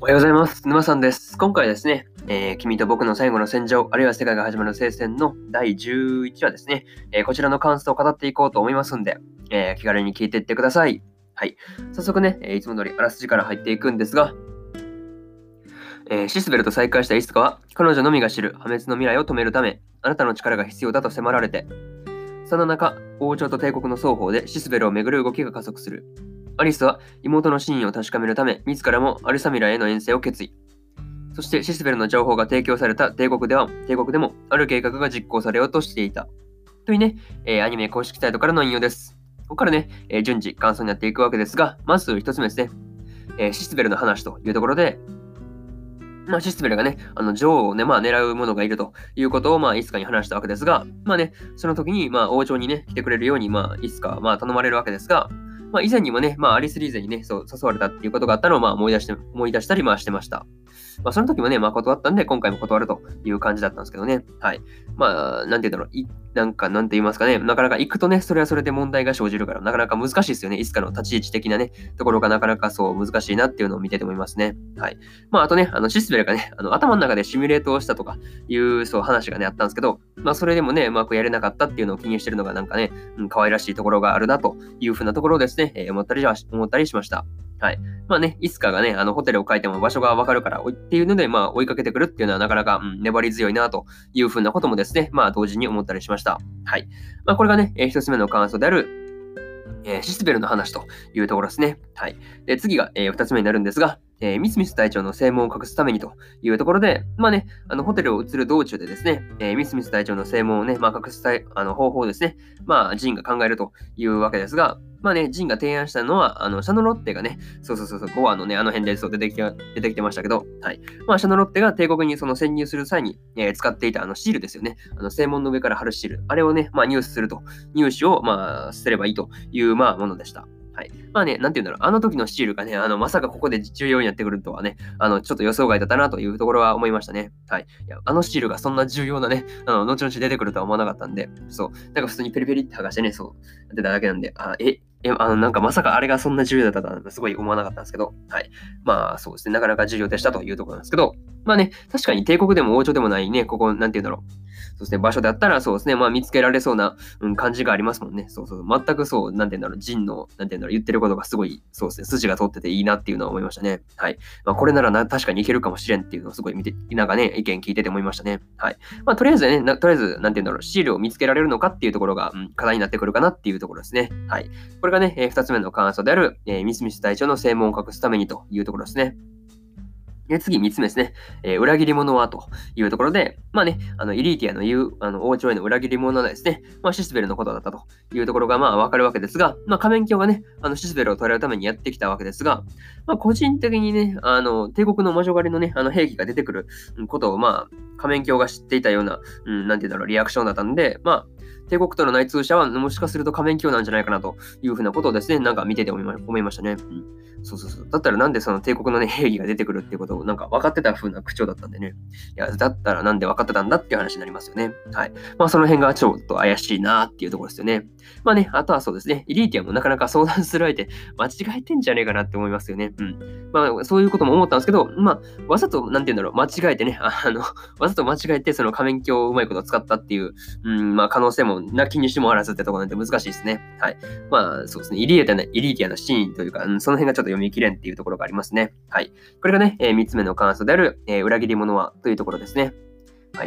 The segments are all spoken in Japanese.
おはようございます。沼さんです。今回はですね、君と僕の最後の戦場、あるいは世界が始まる聖戦の第11話ですね、こちらの感想を語っていこうと思いますんで、気軽に聞いていってください。はい。早速ね、いつも通りあらすじから入っていくんですが、シスベルと再会したイスカは、彼女のみが知る破滅の未来を止めるため、あなたの力が必要だと迫られて、その中、王朝と帝国の双方でシスベルをめぐる動きが加速する。アリスは妹の真意を確かめるため、自らもアルサミラへの遠征を決意。そしてシスベルの情報が提供された帝国でもある計画が実行されようとしていた。というね、アニメ公式サイトからの引用です。ここからね、順次感想になっていくわけですが、まず一つ目ですね、シスベルの話というところで、シスベルがね、女王をね、狙う者がいるということを、イスカに話したわけですが、その時に、王朝にね、来てくれるように、イスカは、頼まれるわけですが、以前にもね、アリスリーゼにね、そう誘われたっていうことがあったのを、思い出したり、してました。その時もね、断ったんで、今回も断るという感じだったんですけどね。はい。なんて言うんだろう。なんて言いますかね。なかなか行くとね、それはそれで問題が生じるから、なかなか難しいですよね。いつかの立ち位置的なね、ところがなかなかそう難しいなっていうのを見てて思いますね。はい。あとね、シスベルがね、頭の中でシミュレートをしたとかいうそう話がね、あったんですけど、それでもね、うまくやれなかったっていうのを気にしてるのがなんかね、可愛らしいところがあるなというふうなところをですね、思ったりしました。はい。イスカがね、ホテルを書いても場所がわかるからっていうので、追いかけてくるっていうのはなかなか、粘り強いなというふうなこともですね、同時に思ったりしました。はい。これがね、一つ目の感想である、シスベルの話というところですね。はい。で、次が、二つ目になるんですが、ミスミス隊長の正門を隠すためにというところで、ホテルを移る道中でですね、ミスミス隊長の正門をね、隠す方法をですね、ジンが考えるというわけですが、ジンが提案したのは、シャノロッテがね、5話のね、辺でそう出てきてましたけど、はい。シャノロッテが帝国にその潜入する際に、使っていたシールですよね。正門の上から貼るシール。あれをね、入手を、すればいいという、ものでした。はい。なんて言うんだろう。あの時のスチールがね、まさかここで重要になってくるとはね、ちょっと予想外だったなというところは思いましたね。はい。いや、スチールがそんな重要なね、後々出てくるとは思わなかったんで、そう。なんか普通にペリペリって剥がしてね、そう、やってただけなんで、なんかまさかあれがそんな重要だったとはすごい思わなかったんですけど、はい。そうですね、なかなか重要でしたというところなんですけど、確かに帝国でも王朝でもないね、ここ、なんて言うんだろう。そうですね、場所だったらそうですね、見つけられそうな、感じがありますもんね。全くそう、なんて言うんだろう、ジンの、なんて言うんだろう、言ってることがすごい、そうですね、筋が通ってていいなっていうのは思いましたね。はい。これなら確かにいけるかもしれんっていうのをすごいなんかね、意見聞いてて思いましたね。はい。とりあえずね、なんて言うんだろう、シールを見つけられるのかっていうところが、課題になってくるかなっていうところですね。はい。これがね、二つ目の感想である、ミスミス隊長の正門を隠すためにというところですね。次、3つ目ですね。裏切り者はというところで、イリーティアの言う、王朝への裏切り者はですね、シスベルのことだったというところが、わかるわけですが、仮面鏡がね、シスベルを捕らえるためにやってきたわけですが、個人的にね、帝国の魔女狩りのね、兵器が出てくることを、仮面鏡が知っていたような、なんていうんだろう、リアクションだったんで、帝国との内通者はもしかすると仮面鏡なんじゃないかなというふうなことをですね、なんか見てて思いましたね。だったらなんでその帝国のね、兵器が出てくるっていうことをなんか分かってた風な口調だったんでね。いや、だったらなんで分かってたんだっていう話になりますよね。はい。その辺がちょっと怪しいなっていうところですよね。あとはそうですね、イリーティアもなかなか相談する相手、間違えてんじゃねえかなって思いますよね。そういうことも思ったんですけど、わざと、なんて言うんだろう、間違えてね、わざと間違えてその仮面鏡をうまいこと使ったっていう、可能性もなきにしもあらずってところなんで難しいですね。はい。そうですね、イリーティアのシーンというか、その辺がちょっと読み切れんっていうところがありますね。はい。これがね、3つ目の感想である、裏切り者はというところですね。はい。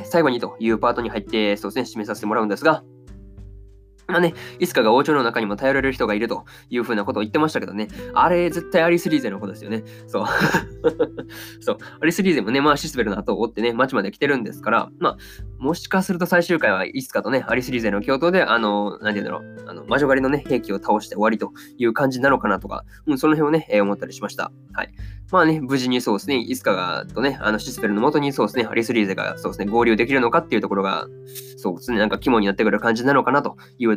最後にというパートに入って、そうですね、締めさせてもらうんですが、いつかが王朝の中にも頼れる人がいるというふうなことを言ってましたけどね、あれ絶対アリス・リーゼのことですよね。そう。そう。アリス・リーゼもね、シスベルの後を追ってね、町まで来てるんですから、もしかすると最終回はいつかとね、アリス・リーゼの共闘で、なんて言うんだろう、魔女狩りのね、兵器を倒して終わりという感じなのかなとか、その辺をね、思ったりしました。はい。無事にそうですね、イスカがとね、シスベルの元にそうですね、アリス・リーゼがそうですね、合流できるのかっていうところが、そうですね、なんか肝になってくる感じなのかなという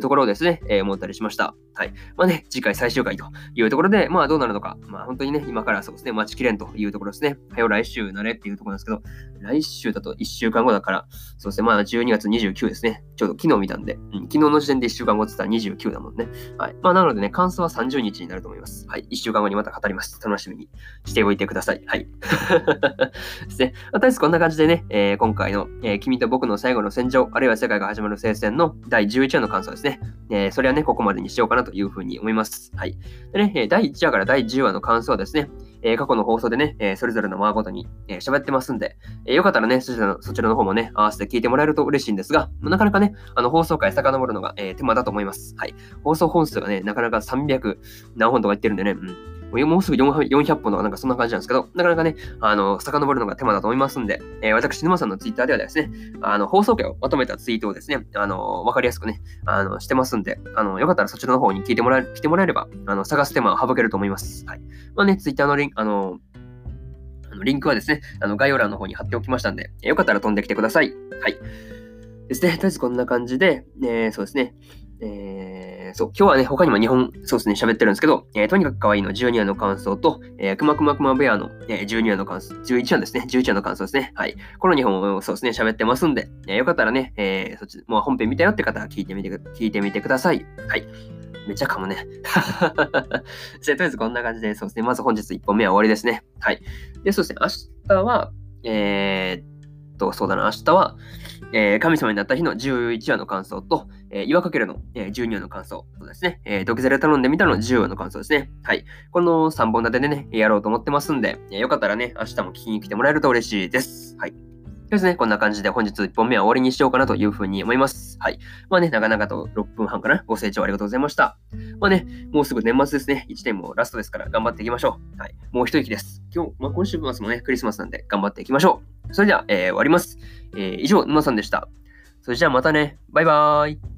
ところをですね、思ったりしました。はい。まあね、次回最終回というところで、まあどうなるのか、まあ本当にね、今からそうですね、待ちきれんというところですね。はよ来週なれっていうところなんですけど、来週だと1週間後だから、そうですね、まあ12月29ですね。ちょうど昨日見たんで、昨日の時点で1週間後って言ったら29だもんね。はい。まあなのでね、感想は30日になると思います。はい。1週間後にまた語ります。楽しみにしておいてください。はい。ですね。とりあえずこんな感じでね、今回の、君と僕の最後の戦場、あるいは世界が始まる聖戦の第11話の感想ですね。それはね、ここまでにしようかなというふうに思います。はい。でね、第1話から第10話の感想はですね、過去の放送でね、それぞれの話ごとに喋ってますんで、よかったらね、そちらの方もね、合わせて聞いてもらえると嬉しいんですが、なかなかね、放送回遡るのが、手間だと思います。はい。放送本数がね、なかなか300何本とか言ってるんでね、もうすぐ400本とかなんかそんな感じなんですけど、なかなかね、遡るのが手間だと思いますんで、私、沼さんのツイッターではですね、放送回をまとめたツイートをですね、わかりやすくね、してますんで、よかったらそちらの方に来てもらえれば、探す手間を省けると思います。はい。まあね、ツイッターのリンクはですね、概要欄の方に貼っておきましたんで、よかったら飛んできてください。はい。ですね。とりあえずこんな感じで、そうですね。そう、今日はね、他にも2本、そうですね、喋ってるんですけど、とにかく可愛いの12話の感想と、くまくまくまベアの、12話の感想、11話ですね、11話の感想ですね。はい。この2本をそうですね、喋ってますんで、よかったらね、そっち、もう本編見たよって方は聞いてみてください。はい。めっちゃ噛むね。とりあえずこんな感じで、そうですね、まず本日1本目は終わりですね。はい。で、そうですね、明日は、そうだな、明日は、神様になった日の11話の感想と、岩かけるの、12話の感想とですね、ドキゼル頼んでみたの10話の感想ですね。はい。この3本立てでね、やろうと思ってますんで、よかったらね、明日も聞きに来てもらえると嬉しいです。はい。ですね、こんな感じで本日1本目は終わりにしようかなというふうに思います。はい。まあね、長々と6分半かな。ご清聴ありがとうございました。まあね、もうすぐ年末ですね。1年もラストですから頑張っていきましょう。はい。もう一息です。今週末もね、クリスマスなんで頑張っていきましょう。それでは、終わります。以上、沼さんでした。それじゃあまたね。バイバーイ。